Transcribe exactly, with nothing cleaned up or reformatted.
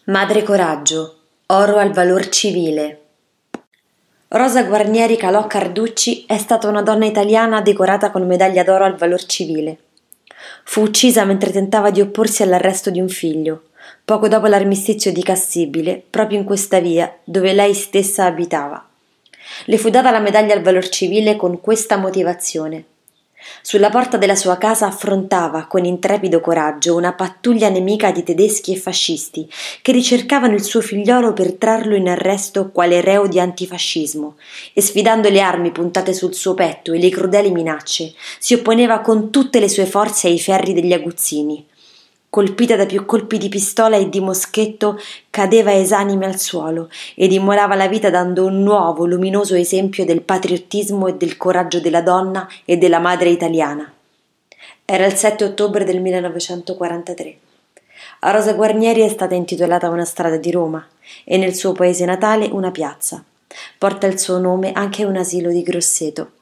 Madre coraggio, oro al valor civile. Rosa Guarnieri Calò Carducci è stata una donna italiana decorata con medaglia d'oro al valor civile. Fu uccisa mentre tentava di opporsi all'arresto di un figlio, poco dopo l'armistizio di Cassibile, proprio in questa via dove lei stessa abitava. Le fu data la medaglia al valor civile con questa motivazione. Sulla porta della sua casa affrontava con intrepido coraggio una pattuglia nemica di tedeschi e fascisti che ricercavano il suo figliolo per trarlo in arresto quale reo di antifascismo e, sfidando le armi puntate sul suo petto e le crudeli minacce, si opponeva con tutte le sue forze ai ferri degli aguzzini. Colpita da più colpi di pistola e di moschetto, cadeva esanime al suolo ed immolava la vita dando un nuovo, luminoso esempio del patriottismo e del coraggio della donna e della madre italiana. Era il sette ottobre del millenovecentoquarantatré. A Rosa Guarnieri è stata intitolata una strada di Roma e nel suo paese natale una piazza. Porta il suo nome anche un asilo di Grosseto.